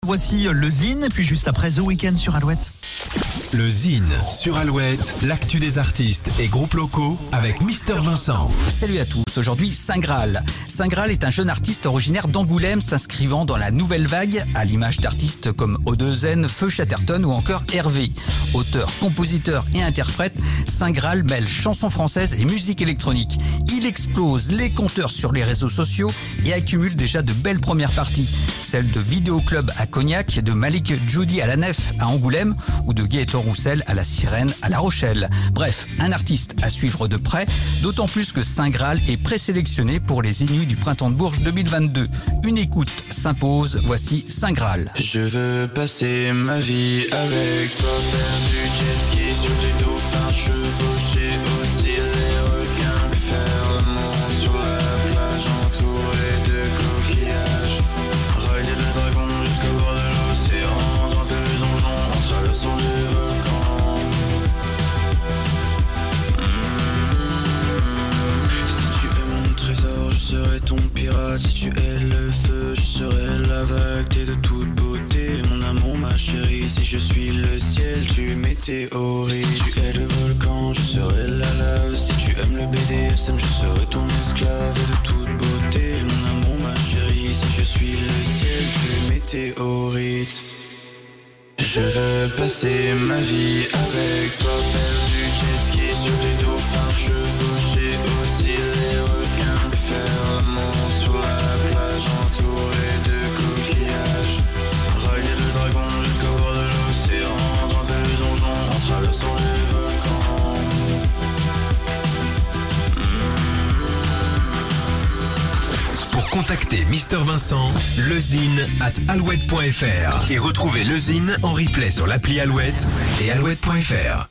Voici le Zine, puis juste après The Weeknd sur Alouette. Le Zine sur Alouette, l'actu des artistes et groupes locaux avec Mister Vincent. Salut à tous, aujourd'hui Saint Graal. Saint Graal est un jeune artiste originaire d'Angoulême s'inscrivant dans la nouvelle vague, à l'image d'artistes comme O2N, Feu Chatterton ou encore Hervé. Auteur, compositeur et interprète, Saint Graal mêle chansons françaises et musique électronique. Il explose les compteurs sur les réseaux sociaux et accumule déjà de belles premières parties. Celles de Vidéo Club à Cognac, de Malik Djoudi à la Nef à Angoulême ou de Gaëtan Roussel à la Sirène à La Rochelle. Bref, un artiste à suivre de près, d'autant plus que Saint Graal est présélectionné pour les Inuits du Printemps de Bourges 2022. Une écoute s'impose, voici Saint Graal. Je veux passer ma vie avec toi, faire du jet ski sur les dauphins, chevaucher aussi les requins, faire l'amour sur la plage entourée de coquillages, rider le dragon jusqu'au bord de l'océan, grimper le donjon en traversant les volcans. Si tu es mon trésor, je serai ton pirate. Si tu es le feu, je serai la vague. T'es de toute beauté, mon amour, ma chérie. Si je suis le ciel, tu es météorite. Si tu es le volcan, je serai la lave. Si tu aimes le BDSM, je serai ton esclave. Et de toute beauté, mon amour, ma chérie. Si je suis le ciel, tu es météorite. Je veux passer ma vie avec toi, faire du jet ski sur les dauphins, chevaucher aussi les requins, faire l'amour sur la plage entourée de coquillages, rider le dragon jusqu'au bord de l'océan, grimper le donjon en traversant les volcans. Pour contacter Mister Vincent, lezine@alouette.fr et retrouver le Zine en replay sur l'appli Alouette et alouette.fr.